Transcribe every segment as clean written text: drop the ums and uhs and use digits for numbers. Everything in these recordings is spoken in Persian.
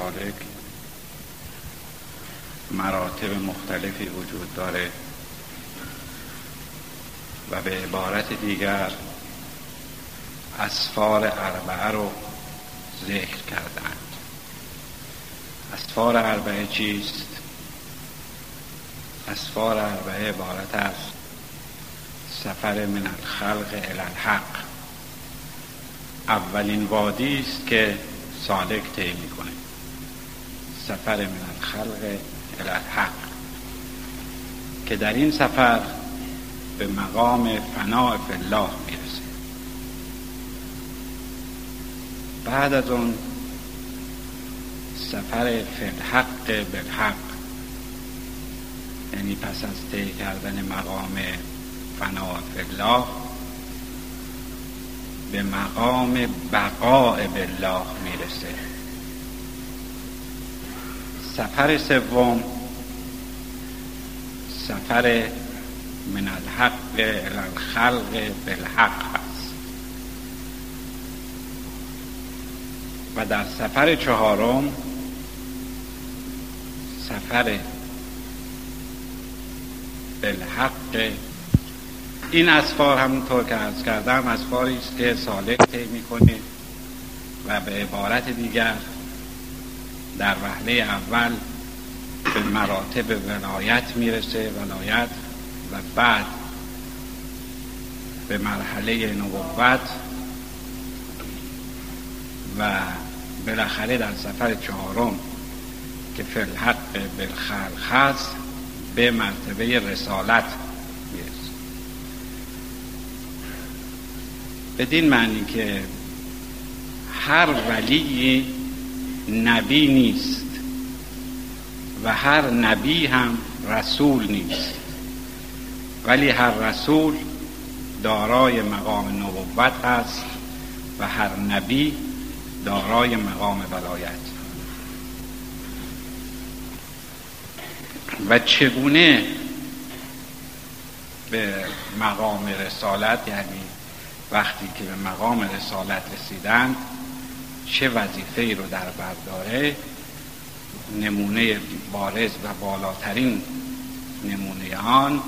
سالک مراتب مختلفی وجود داره و به عبارت دیگر اسفار اربعه رو ذکر کردند. اسفار اربعه چیست؟ اسفار اربعه عبارت از سفر من الخلق الی الحق. اولین وادی است که سالک طی میکنه، سفر من الخلق الی الحق، که در این سفر به مقام فناء فی الله میرسه. بعد از اون سفر فی الحق بالحق، یعنی پس از طی کردن مقام فناء فی الله به مقام بقاء بالله میرسه. سفر سوم سفر من الحق الی الخلق بالحق هست و در سفر چهارم سفر بالحق. این اسفار همونطور که عرض کردم اسفاری است که سالک طی میکنه و به عبارت دیگر در وهله اول به مراتب ولایت میرسه، ولایت، و بعد به مرحله نبوت و بالاخره در سفر چهارم که فی الحق بالخلق هست به مرتبه رسالت میرسه. بدین معنی که هر ولی نبی نیست و هر نبی هم رسول نیست، ولی هر رسول دارای مقام نبوت است و هر نبی دارای مقام ولایت. و چگونه به مقام رسالت، یعنی وقتی که به مقام رسالت رسیدند چه وظیفه‌ای رو در بر داره، نمونه بارز و بالاترین نمونه آن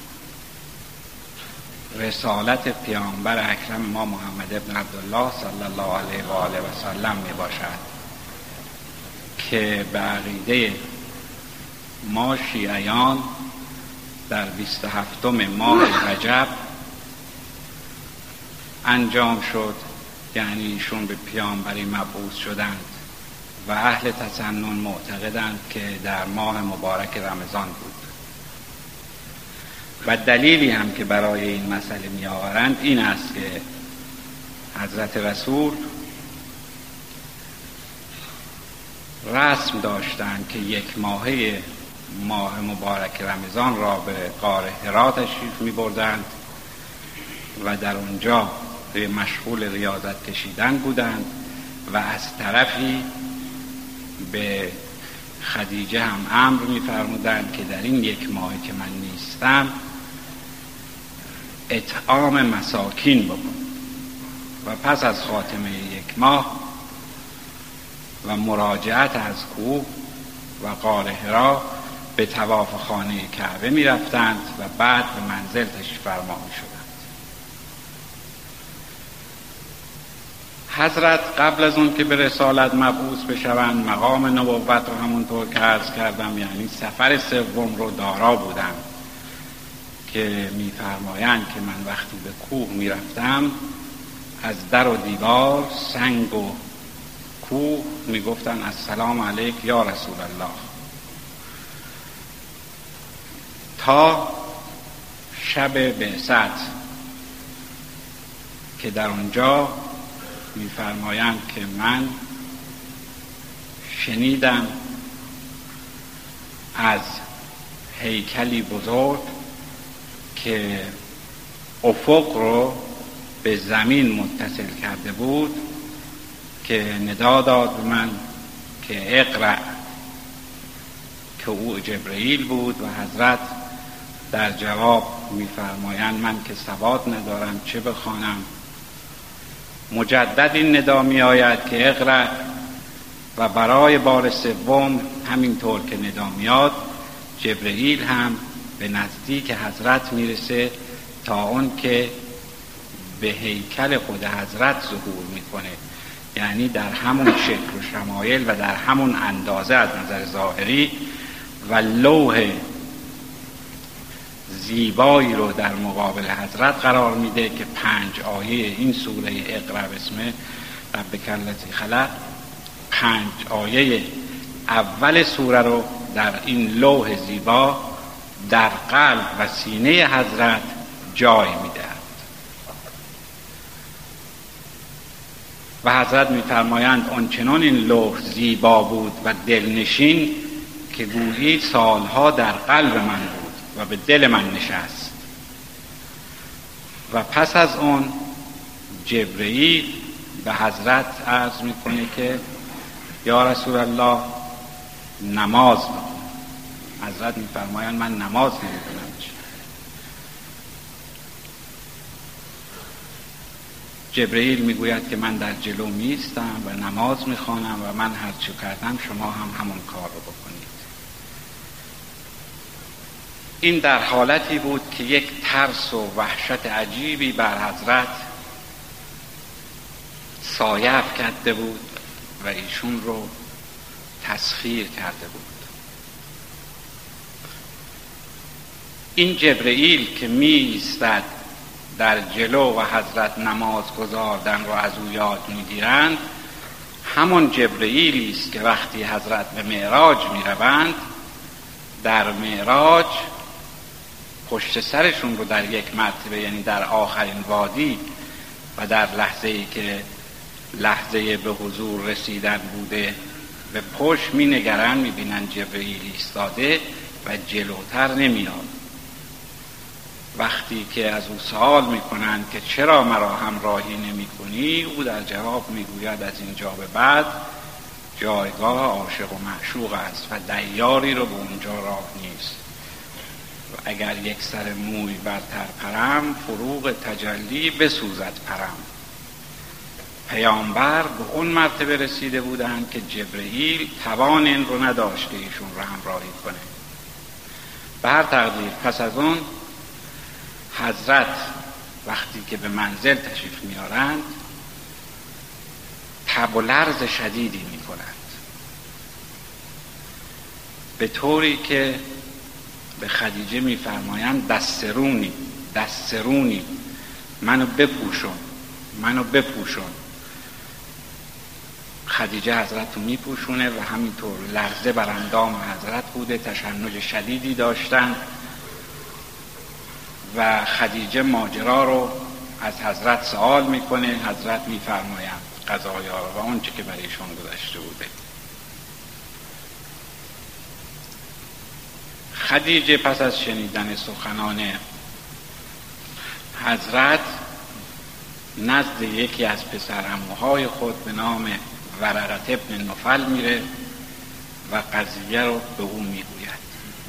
رسالت پیامبر اکرم ما محمد ابن عبدالله صلی الله علیه و آله و سلم می باشد که به عقیده ما شیعیان در 27 ماه رجب انجام شد، یعنی ایشون به پیامبری مبعوث شدند و اهل تسنن معتقدند که در ماه مبارک رمضان بود. و دلیلی هم که برای این مسئله می آورند این است که حضرت رسول رسم داشتند که یک ماهه ماه مبارک رمضان را به غار حرا تشریف می بردند و در اونجا به مشغول ریاضت کشیدن بودند و از طرفی به خدیجه هم امر می فرمودند که در این یک ماه که من نیستم اطعام مساکین بکن. و پس از خاتمه یک ماه و مراجعت از کوه و غار حرا به طواف خانه کعبه می رفتند و بعد به منزل تشریف فرما می شدند. حضرت قبل از اون که به رسالت مبعوث بشوند مقام نبوت رو همونطور که عرض کردم، یعنی سفر سوم رو دارا بودند که می‌فرمایند که من وقتی به کوه می‌رفتم از در و دیوار، سنگ و کوه میگفتن السلام علیک یا رسول الله، تا شب بعثت که در اونجا می‌فرمایند که من شنیدم از هیکلی بزرگ که افق رو به زمین متصل کرده بود که ندا داد به من که اقرأ، که او جبرئیل بود و حضرت در جواب می‌فرمایند من که سواد ندارم چه بخوانم. مجدد این ندا می آید که اقرأ و برای بار سوم همینطور که ندا میاد جبرئیل هم به نزدیک حضرت میرسه تا اون که به هیکل خود حضرت ظهور میکنه، یعنی در همون شکل و شمایل و در همون اندازه از نظر ظاهری، و لوح زیبایی رو در مقابل حضرت قرار میده که 5 آیه این سوره اقرأ باسم ربک الذی خلق، 5 آیه اول سوره رو در این لوح زیبا در قلب و سینه حضرت جای میده و حضرت میفرمایند آنچنان این لوح زیبا بود و دلنشین که گویی سالها در قلب من بود و به دل من نشست. و پس از اون جبرئیل به حضرت عرض میکنه که یا رسول الله نماز بکن. حضرت میفرمایند من نماز نمیکنم. جبرئیل میگوید که من در جلو میستم و نماز میخوانم و من هر چه کردم شما هم همون کار رو بکنید. این در حالتی بود که یک ترس و وحشت عجیبی بر حضرت سایه افکنده بود و ایشون رو تسخیر کرده بود. این جبرئیل که میایستد در جلو و حضرت نماز گزاردن رو از او یاد میگیرند، همون جبرئیلی است که وقتی حضرت به معراج میروند در معراج پشت سرشون رو در یک مرتبه، یعنی در آخرین وادی و در لحظه‌ای که لحظه به حضور رسیدن بوده به پشت می نگرن، می بینن جبرئیل ایستاده و جلوتر نمیاد. وقتی که از او سوال میکنند که چرا مرا همراهی نمی کنی، او در جواب میگوید از اینجا به بعد جایگاه عاشق و معشوق است و دیاری رو به اونجا راه نیست و اگر یک سر موی برتر پرم فروغ تجلی بسوزد پرم. پیامبر به اون مرتبه رسیده بودند که جبرئیل توان این رو نداشت که ایشون رو همراهی کنه. به هر تقدیر پس از اون حضرت وقتی که به منزل تشریف میارند تب و لرز شدیدی میکنند، به طوری که به خدیجه میفرمایند دسترونی منو بپوشون. خدیجه حضرت رو میپوشونه و همینطور لرزه بر اندام حضرت بوده، تشنج شدیدی داشتن و خدیجه ماجرا رو از حضرت سوال میکنه. حضرت میفرمایند قضایا و اون چه که برای ایشون گذشته بوده. خدیجه پس از شنیدن سخنان حضرت نزد یکی از پسرعموهای خود به نام ورقه ابن نوفل میره و قضیه رو به او میگوید.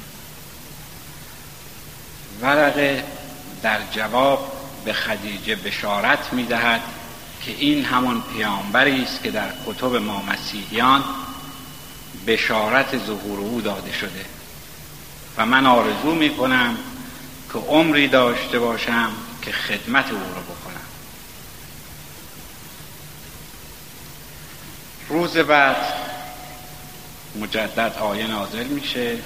ورقه در جواب به خدیجه بشارت میدهد که این همان پیامبری است که در کتب ما مسیحیان بشارت ظهور او داده شده و من آرزو میکنم که عمری داشته باشم که خدمت او رو بکنم. روز بعد مجدد آیه نازل میشه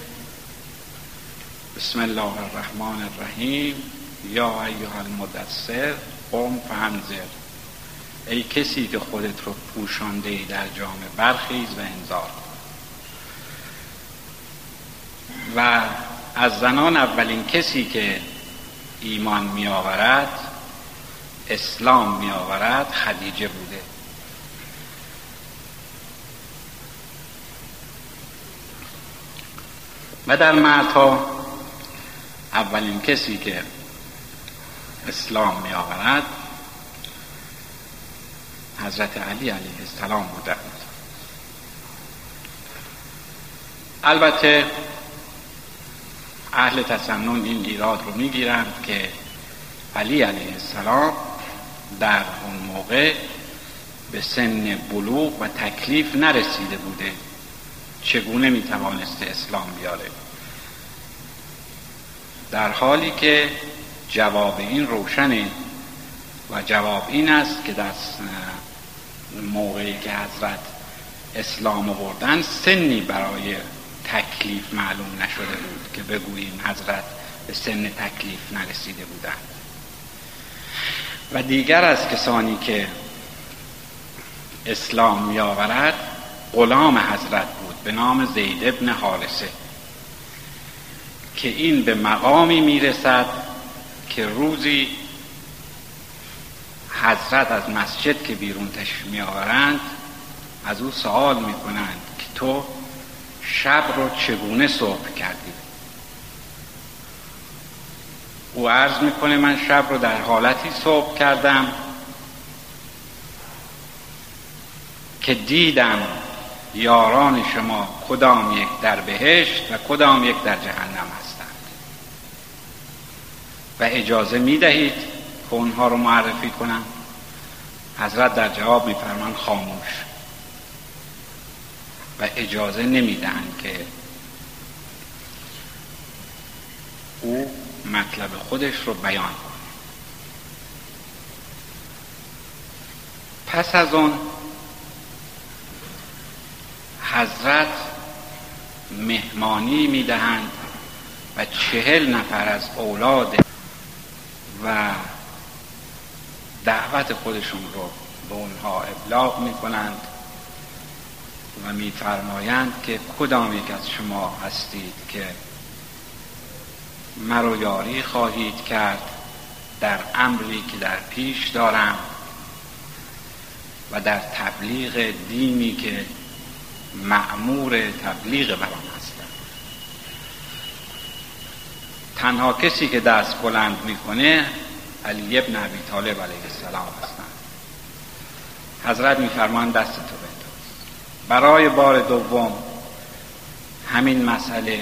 بسم الله الرحمن الرحیم یا ایها المدثر قم فانذر، ای کسی که خودت رو پوشانده ای در جامه برخیز و انذار کن. و از زنان اولین کسی که ایمان می آورد، اسلام می آورد، خدیجه بوده. و در مردها اولین کسی که اسلام می آورد حضرت علی علیه السلام بودند. البته اهل تسنن این ایراد رو می گیرند که علی علیه السلام در اون موقع به سن بلوغ و تکلیف نرسیده بوده چگونه میتوانسته اسلام بیاره؟ در حالی که جواب این روشنه و جواب این است که در موقعی که حضرت اسلام آوردن سنی برای تکلیف معلوم نشده بود که بگوییم حضرت به سن تکلیف نرسیده بودند. و دیگر از کسانی که اسلام می‌آورد غلام حضرت بود به نام زید ابن حارثه که این به مقامی میرسد که روزی حضرت از مسجد که بیرون تشریف می‌آورند از او سوال می‌کنند که تو شب رو چگونه صبح کردی؟ او عرض می‌کنه من شب رو در حالتی صبح کردم که دیدم یاران شما کدام یک در بهشت و کدام یک در جهنم هستند و اجازه می‌دهید که اونها رو معرفی کنم؟ حضرت در جواب می‌فرمایند خاموش و اجازه نمی‌دهند که او مطلب خودش رو بیان کنه. پس از اون حضرت مهمانی می‌دهند و 40 نفر از اولاد و دعوت خودشون رو به اونها ابلاغ می‌کنند و می‌فرمایند که کدام یک از شما هستید که مرا یاری خواهید کرد در امری که در پیش دارم و در تبلیغ دینی که مأمور تبلیغ برام هستم. تنها کسی که دست بلند میکنه علی ابن ابی طالب علیه السلام هستند. حضرت میفرمایند دست تو بنداز. برای بار دوم همین مسئله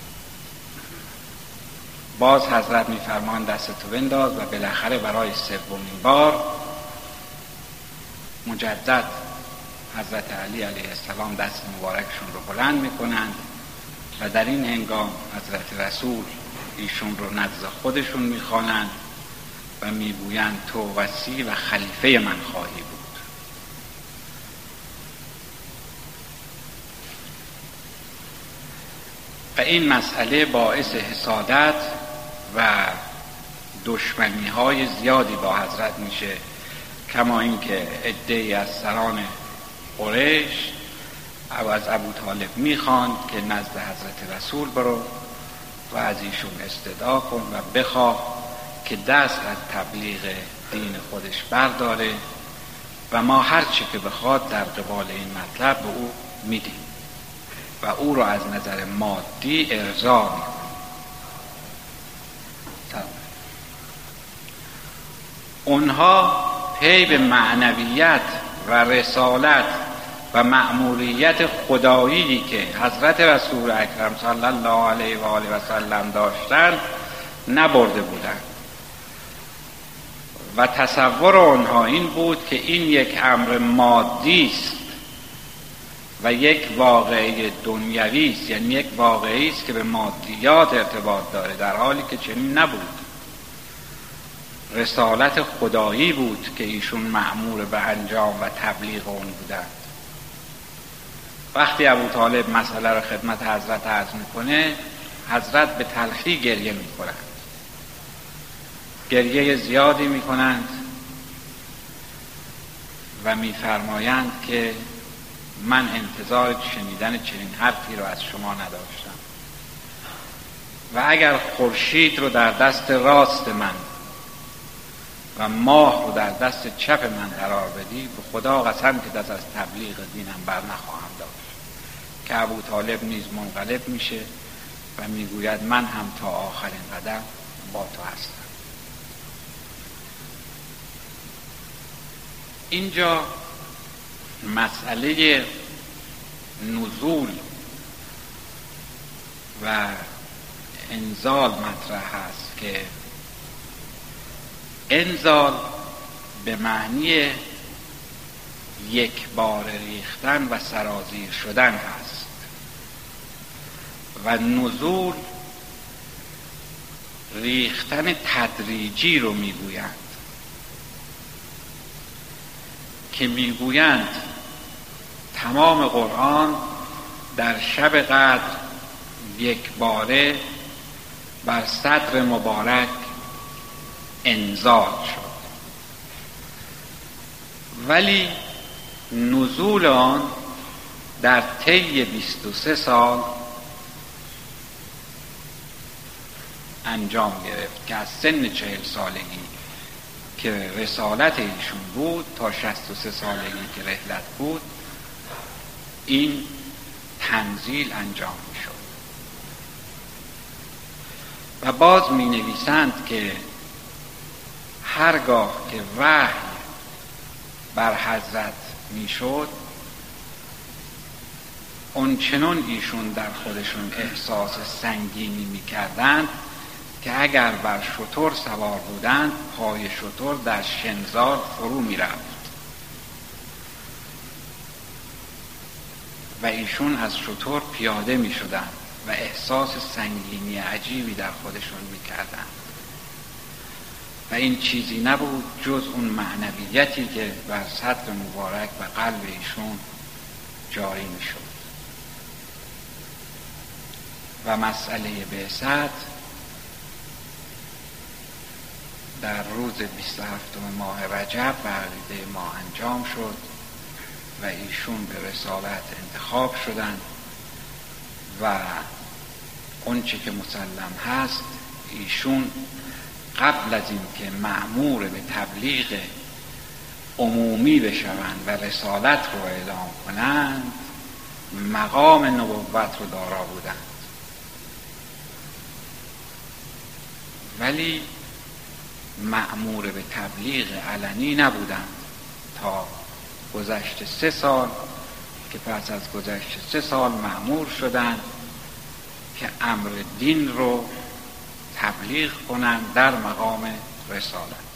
باز حضرت میفرمایند دست تو بنداز و بالاخره برای سومین بار مجدد حضرت علی علیه السلام دست مبارکشون رو بلند میکنند و در این هنگام حضرت رسول ایشون رو نزد خودشون میخوانند و میگویند تو وصی و خلیفه من خواهی بود. و این مسئله باعث حسادت و دشمنی‌های زیادی با حضرت میشه، کما اینکه عده‌ای از سران قریش از ابو طالب میخواند که نزد حضرت رسول برو و از ایشون استدعا کن و بخواه که دست از تبلیغ دین خودش برداره و ما هر چی که بخواد در قبال این مطلب به او میدیم و او رو از نظر مادی ارضا میکنیم. اونها پی به معنویت و رسالت و مأموریت خدایی که حضرت رسول اکرم صلی الله علیه و آله و سلم داشتند نبرده بودند و تصور آنها این بود که این یک امر مادی است و یک واقعه دنیوی است، یعنی یک واقعی است که به مادیات ارتباط داره، در حالی که چنین نبود. رسالت خدایی بود که ایشون مأمور به انجام و تبلیغ اون بودند. وقتی ابو طالب مسئله رو خدمت حضرت عرض میکنه، حضرت به تلخی گریه میکنند، گریه زیادی میکنند و میفرمایند که من انتظار شنیدن چنین حرفی رو از شما نداشتم و اگر خورشید رو در دست راست من و ماه رو در دست چپ من قرار بدی، به خدا قسم که دست از تبلیغ دینم بر نخواهم داشت. که ابو طالب نیز منقلب میشه و میگوید من هم تا آخرین قدم با تو هستم. اینجا مسئله نزول و انزال مطرح است که انزال به معنی یک بار ریختن و سرازیر شدن هست و نزول ریختن تدریجی رو میگویند، که میگویند تمام قرآن در شب قدر یک باره بر صدر مبارک انزال شد، ولی نزول آن در طی 23 سال انجام گرفت که از سن 40 سالگی که رسالت ایشون بود تا 63 سالگی که رحلت بود این تنزیل انجام می شد. و باز می نویسند که هرگاه که وحی بر حضرت می شد اونچنان ایشون در خودشون احساس سنگینی می کردند که اگر بر شتر سوار بودند پای شتر در شنزار فرو می رفت و ایشون از شتر پیاده می شدند و احساس سنگینی عجیبی در خودشون می کردند و این چیزی نبود جز اون معنویتی که بر صدر مبارک و قلب ایشون جاری می شد. و مسئله بعثت در روز 27 ماه رجب به عقیده ما انجام شد و ایشون به رسالت انتخاب شدند و اونچه که مسلم هست ایشون قبل از این که مأمور به تبلیغ عمومی بشوند و رسالت رو اعلام کنند مقام نبوت رو دارا بودند، ولی مأمور به تبلیغ علنی نبودند تا گذشت 3 سال که پس از گذشت 3 سال مأمور شدند که امر دین رو تبلیغ کنند در مقام رسالت.